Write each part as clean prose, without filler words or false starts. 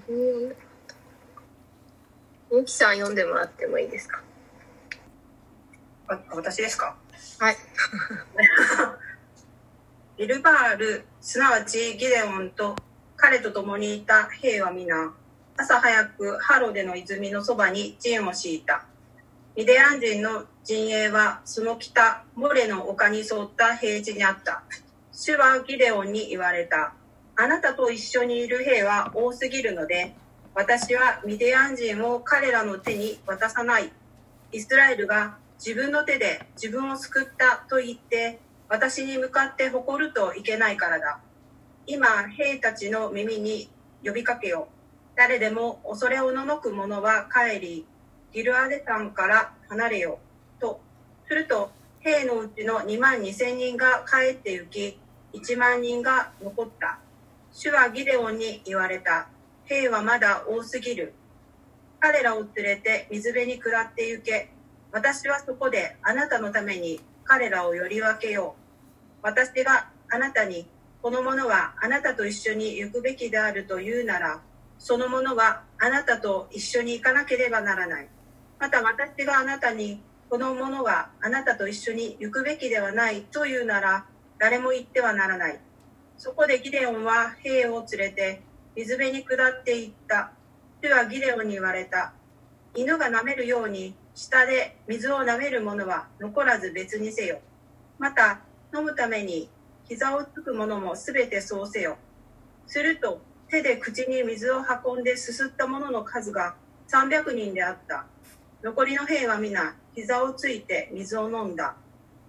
みきさん読んでもらってもいいですか？ 私ですか？ はい。 ビルバール、すなわちギデオンと彼と共にいた兵は皆、朝早くハロデの泉のそばに陣を敷いた。ミディアン人の陣営はその北、モレの丘に沿った平地にあった。主はギデオンに言われた。あなたと一緒にいる兵は多すぎるので、私はミディアン人を彼らの手に渡さない。イスラエルが自分の手で自分を救ったと言って、私に向かって誇るといけないからだ。今、兵たちの耳に呼びかけよ。誰でも恐れおののく者は帰り、ギルアデ山から離れよ。と。すると、兵のうちの2万2千人が帰って行き、1万人が残った。主はギデオンに言われた。兵はまだ多すぎる。彼らを連れて水辺に下って行け。私はそこであなたのために彼らをより分けよう。私があなたに、この者はあなたと一緒に行くべきであると言うなら、その者はあなたと一緒に行かなければならない。また私があなたに、この者はあなたと一緒に行くべきではないと言うなら、誰も行ってはならない。そこでギデオンは兵を連れて水辺に下って行った。主はギデオンに言われた。犬が舐めるように下で水を舐める者は残らず別にせよ。また飲むために膝をつく者もすべてそうせよ。すると手で口に水を運んですすった者の数が300人であった。残りの兵は皆膝をついて水を飲んだ。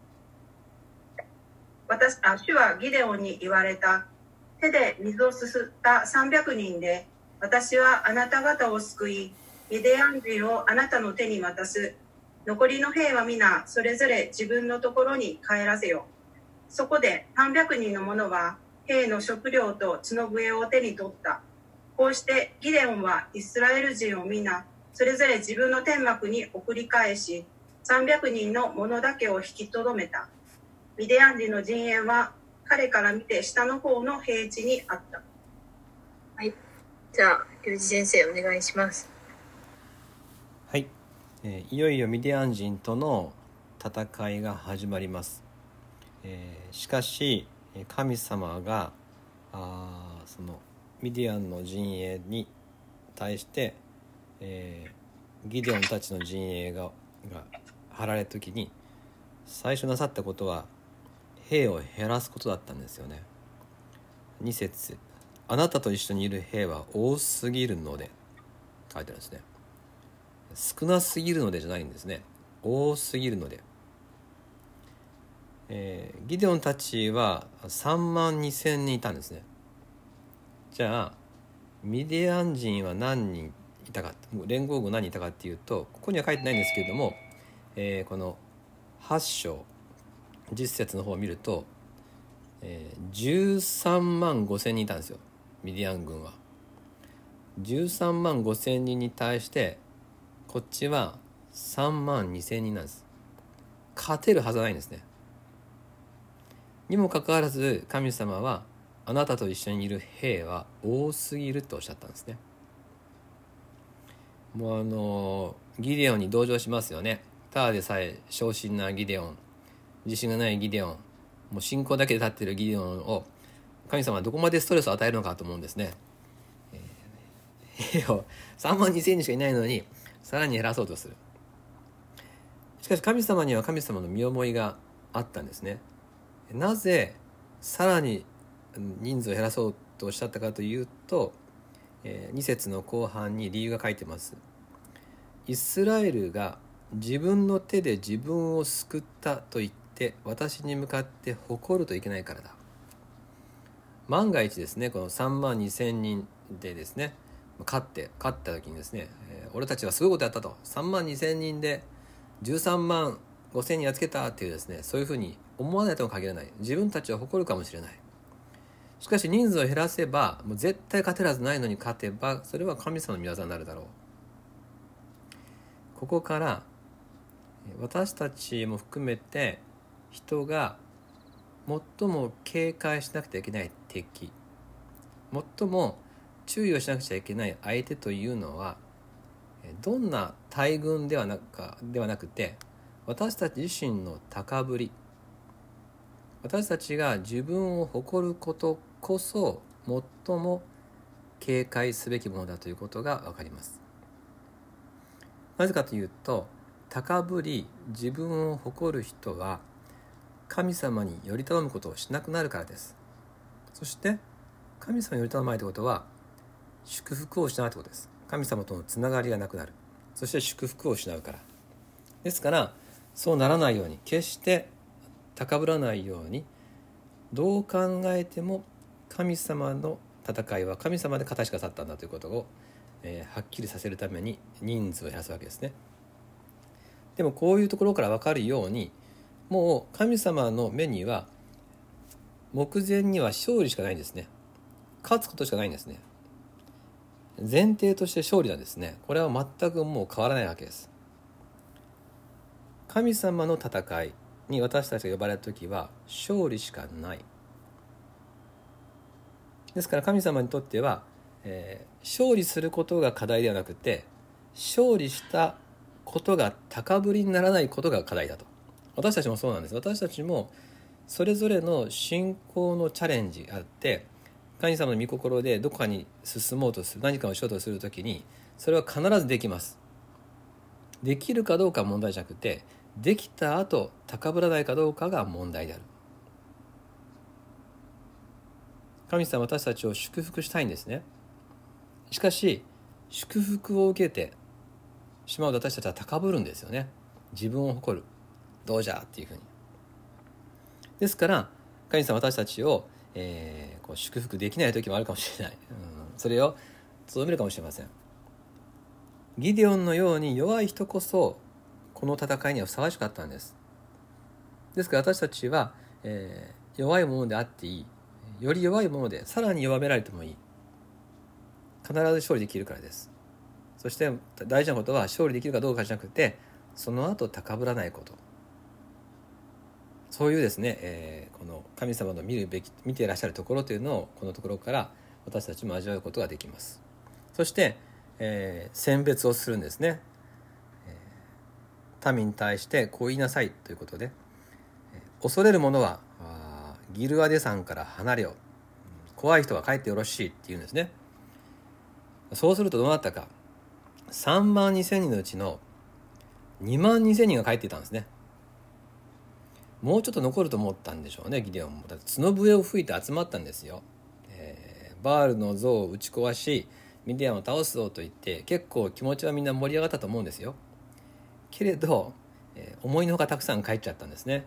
主はギデオンに言われた。手で水をすすった300人で、私はあなた方を救い、ミディアン人をあなたの手に渡す。残りの兵は皆それぞれ自分のところに帰らせよ。そこで300人の者は兵の食料と角笛を手に取った。こうしてギデオンはイスラエル人を皆それぞれ自分の天幕に送り返し、300人の者だけを引きとどめた。ミディアン人の陣営は彼から見て下の方の平地にあった。 はい。じゃあ、ゆうじ先生お願いします。 はい、いよいよミディアン人との戦いが始まります。しかし神様がそのミディアンの陣営に対して、ギデオンたちの陣営が張られた時に最初なさったことは兵を減らすことだったんですよね。2節、あなたと一緒にいる兵は多すぎるので書いてあるんですね。少なすぎるのでじゃないんですね。多すぎるので、ギデオンたちは3万2千人いたんですね。じゃあミディアン人は何人いたか、連合軍何人いたかっていうと、ここには書いてないんですけれども、この8章10節の方を見ると、13万5千人いたんですよ。ミディアン軍は13万5千人に対してこっちは3万2千人なんです。勝てるはずはないんですね。にもかかわらず神様はあなたと一緒にいる兵は多すぎるとおっしゃったんですね。もうギデオンに同情しますよね。ただでさえ小心なギデオン、自信がないギデオン、もう信仰だけで立っているギデオンを神様はどこまでストレスを与えるのかと思うんですね。兵を3万2千人しかいないのにさらに減らそうとする。しかし神様には神様の身思いがあったんですね。なぜさらに人数を減らそうとおっしゃったかというと、2節の後半に理由が書いてます。イスラエルが自分の手で自分を救ったと言って私に向かって誇るといけないからだ。万が一ですね、この3万2千人でですね勝った時にですね、俺たちはすごいことやったと、3万2千人で13万5千人やっつけたっていうですね、そういうふうに思わないとも限らない。自分たちは誇るかもしれない。しかし人数を減らせばもう絶対勝てるはずないのに勝てば、それは神様の御業になるだろう。ここから私たちも含めて人が最も警戒しなくてはいけない敵、最も注意をしなくちゃいけない相手というのはどんな大軍ではなくて、私たち自身の高ぶり、私たちが自分を誇ることこそ最も警戒すべきものだということが分かります。なぜかというと、高ぶり自分を誇る人は神様により頼むことをしなくなるからです。そして神様により頼まないということは祝福を失うということです。神様とのつながりがなくなる。そして祝福を失うから。ですからそうならないように、決して高ぶらないように、どう考えても神様の戦いは神様で勝たしか去ったんだということを、はっきりさせるために人数を減らすわけですね。でもこういうところから分かるように、もう神様の目には目前には勝利しかないんですね。勝つことしかないんですね。前提として勝利なんですね。これは全くもう変わらないわけです。神様の戦いに私たちが呼ばれたときは勝利しかない。ですから神様にとっては、勝利することが課題ではなくて、勝利したことが高ぶりにならないことが課題だと。私たちもそうなんです。私たちもそれぞれの信仰のチャレンジがあって、神様の御心でどこかに進もうとする、何かをしようとするときに、それは必ずできます。できるかどうかは問題じゃなくて、できた後高ぶらないかどうかが問題である。神様は私たちを祝福したいんですね。しかし祝福を受けてしまうと私たちは高ぶるんですよね。自分を誇る、どうじゃっていうふうに。ですから神様は私たちを、こう祝福できない時もあるかもしれない、それをとどめるかもしれません。ギデオンのように弱い人こそこの戦いにはふさわしかったんです。ですから私たちは、弱いものであっていい、より弱いものでさらに弱められてもいい、必ず勝利できるからです。そして大事なことは勝利できるかどうかじゃなくて、その後高ぶらないこと。そういうですね、この神様の見ていらっしゃるところというのをこのところから私たちも味わうことができます。そして、選別をするんですね。民に対してこう言いなさいということで、恐れる者はギルアデ山から離れよ、怖い人は帰ってよろしいって言うんですね。そうするとどうなったか、3万2,000人のうちの2万2,000人が帰っていたんですね。もうちょっと残ると思ったんでしょうね、ギデオンも。だって角笛を吹いて集まったんですよ。バールの像を打ち壊しミディアンを倒すぞと言って、結構気持ちはみんな盛り上がったと思うんですよ。けれど、思いのほかたくさん帰っちゃったんですね。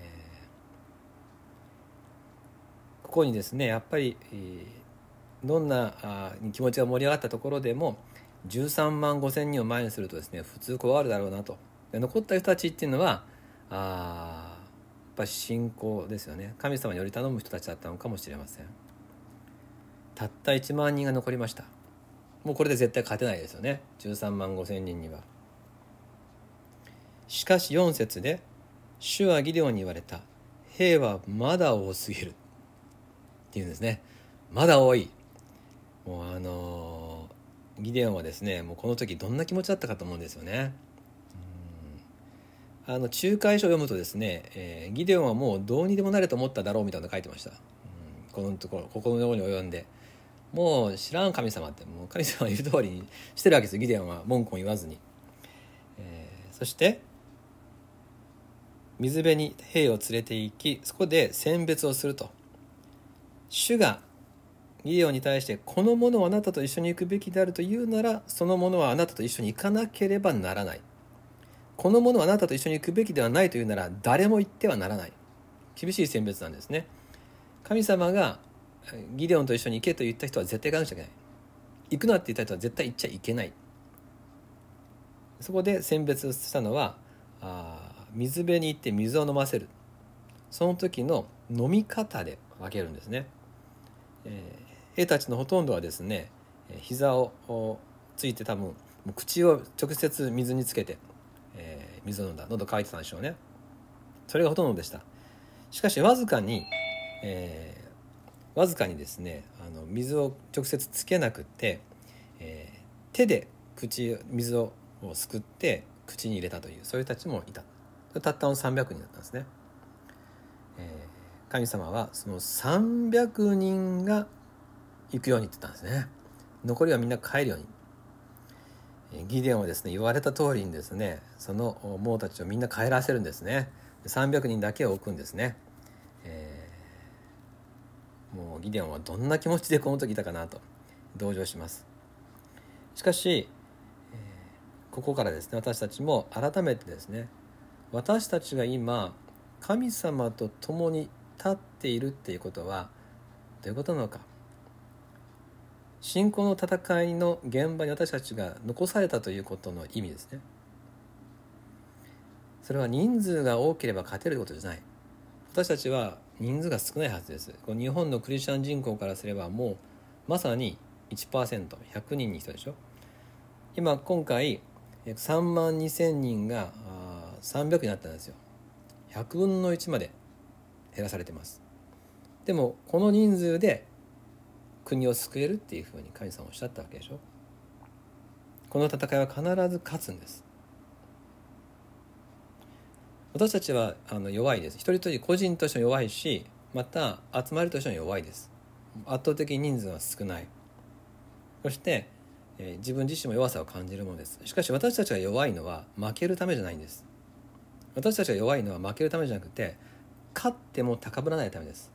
ここにですね、やっぱり、どんな気持ちが盛り上がったところでも13万5千人を前にするとですね、普通怖がるだろうなと。で残った人たちっていうのはやっぱり信仰ですよね。神様により頼む人たちだったのかもしれません。たった1万人が残りました。もうこれで絶対勝てないですよね、13万5千人には。しかし4節で主はギデオンに言われた。兵はまだ多すぎるっていうんですね。まだ多い。もうギデオンはですね、もうこの時どんな気持ちだったかと思うんですよね。仲介書を読むとですね、ギデオンはもうどうにでもなれと思っただろうみたいなの書いてました。ここのところに及んで、もう知らん神様って、もう神様の言う通りにしてるわけですよ、ギデオンは文句も言わずに。そして水辺に兵を連れて行き、そこで選別をすると。主がギデオンに対して、この者はあなたと一緒に行くべきであるというなら、その者はあなたと一緒に行かなければならない。この者はあなたと一緒に行くべきではないというなら、誰も行ってはならない。厳しい選別なんですね。神様がギデオンと一緒に行けと言った人は絶対行かなくちゃいけない。行くなって言った人は絶対行っちゃいけない。そこで選別したのは、水辺に行って水を飲ませる。その時の飲み方で分けるんですね。兵たちのほとんどはですね、膝をついて多分口を直接水につけて、水を飲んだ。喉乾いてたんでしょうね。それがほとんどでした。しかしわずかに、 わずかにですね水を直接つけなくて、手で水をすくって口に入れたという、そういう人たちもいた。たったの300人だったんですね。神様はその300人が行くようにって言ったんですね。残りはみんな帰るように。ギデオンはですね、言われた通りにですね、その王たちをみんな帰らせるんですね。300人だけを置くんですね。もうギデオンはどんな気持ちでこの時いたかなと同情します。しかし、ここからですね、私たちも改めてですね、私たちが今神様と共に立っているっていうことはどういうことなのか。信仰の戦いの現場に私たちが残されたということの意味ですね。それは人数が多ければ勝てることじゃない。私たちは人数が少ないはずです。この日本のクリスチャン人口からすればもうまさに 1%、100人に1人でしょ。今回3万2000人が300になったんですよ。100分の1まで減らされてます。でもこの人数で国を救えるっていうふうに神様おっしゃったわけでしょ。この戦いは必ず勝つんです。私たちは弱いです。一人一人個人としても弱いし、また集まりとしても弱いです。圧倒的に人数は少ない。そして、自分自身も弱さを感じるものです。しかし私たちが弱いのは負けるためじゃないんです。私たちが弱いのは負けるためじゃなくて、勝っても高ぶらないためです。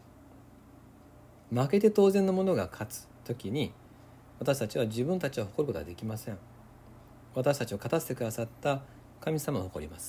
負けて当然のものが勝つときに、私たちは自分たちは誇ることはできません。私たちを勝たせてくださった神様を誇ります。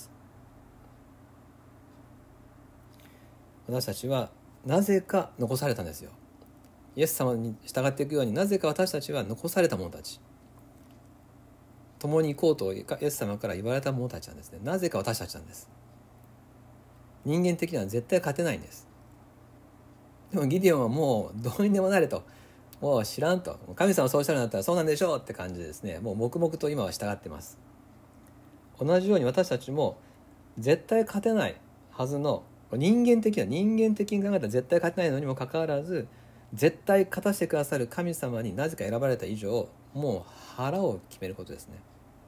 私たちはなぜか残されたんですよ。イエス様に従っていくように、なぜか私たちは残された者たち、共に行こうとイエス様から言われた者たちなんですね。なぜか私たちなんです。人間的には絶対勝てないんです。でもギデオンはもうどうにでもなれと、もう知らんと、神様そうしたらなったらそうなんでしょうって感じでですね、もう黙々と今は従ってます。同じように私たちも絶対勝てないはずの、人間的に考えたら絶対勝てないのにもかかわらず、絶対勝たせてくださる神様になぜか選ばれた以上、もう腹を決めることですね。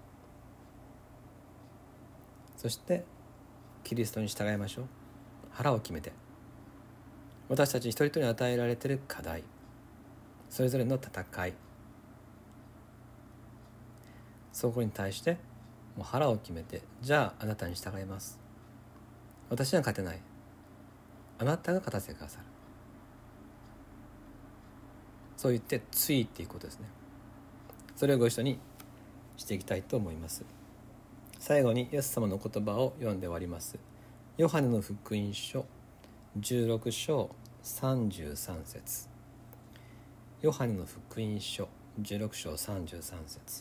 そしてキリストに従いましょう。腹を決めて、私たち一人一人に与えられている課題、それぞれの戦い、そこに対してもう腹を決めて、じゃああなたに従います、私には勝てない、あなたが勝たせてくださる、そう言ってついていくことですね。それをご一緒にしていきたいと思います。最後にイエス様の言葉を読んで終わります。ヨハネの福音書16章33節。ヨハネの福音書16章33節、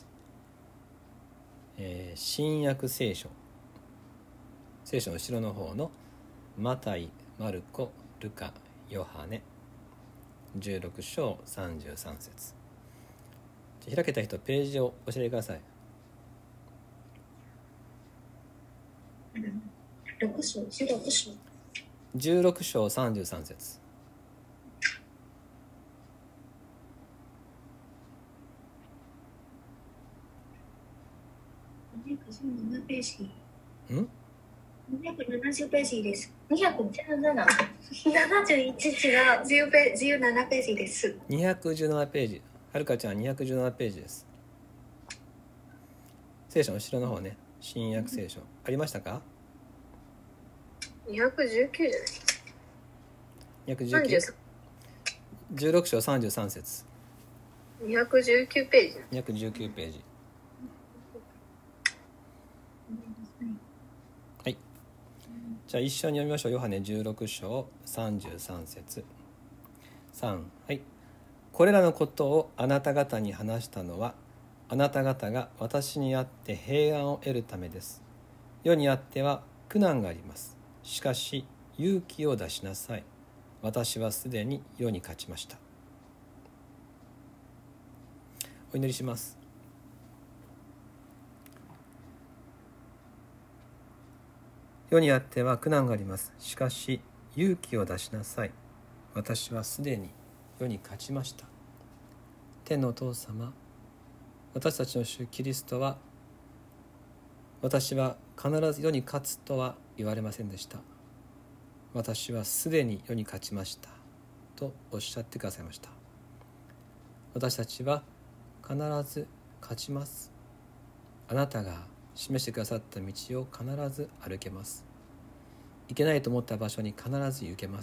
新約聖書の後ろの方のマタイ、マルコ、ルカ、ヨハネ16章33節。開けた人ページを教えてください。16章33節。 217ページ。 ん 270ページです。217。71違う。17ページです。 217ページ。はるかちゃん217ページです。聖書の後ろの方ね、新約聖書ありましたか 219じゃない 219。16章33節。 219ページ。 219ページ。はい。じゃあ一緒に読みましょう。ヨハネ16章33節。3。はい。これらのことをあなた方に話したのは、あなた方が私にあって平安を得るためです。世にあっては苦難があります。しかし勇気を出しなさい。私はすでに世に勝ちました。お祈りします。世にあっては苦難があります。しかし勇気を出しなさい。 私はすでに世に勝ちました。天のお父様、私たちの主キリストは、私は必ず世に勝つとは言われませんでした。私はすでに世に勝ちましたとおっしゃってくださいました。私たちは必ず勝ちます。あなたが示してくださった道を必ず歩けます。行けないと思った場所に必ず行けます。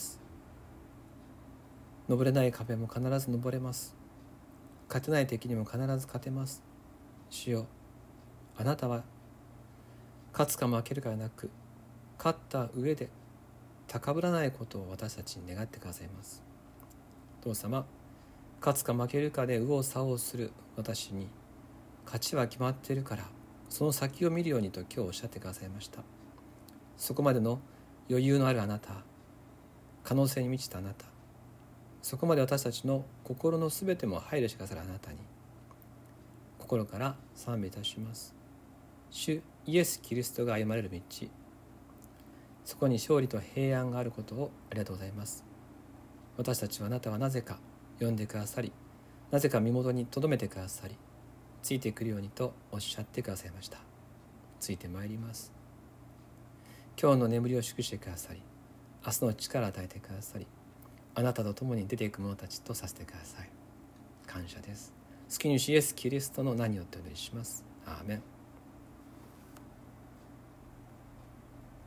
登れない壁も必ず登れます。勝てない敵にも必ず勝てます。主よ、あなたは勝つか負けるかではなく、勝った上で高ぶらないことを私たちに願ってくださいます。父様、勝つか負けるかで右往左往する私に、勝ちは決まっているからその先を見るようにと今日おっしゃってくださいました。そこまでの余裕のあるあなた、可能性に満ちたあなた、そこまで私たちの心のすべても配慮してくださるあなたに心から賛美いたします。主イエス・キリストが歩まれる道、そこに勝利と平安があることをありがとうございます。私たちはあなたはなぜか呼んでくださり、なぜか身元に留めてくださり、ついてくるようにとおっしゃってくださいました。ついてまいります。今日の眠りを祝してくださり、明日の力を与えてくださり、あなたと共に出ていく者たちとさせてください。感謝です。救い主イエス・キリストの名によってお祈りします。アーメン。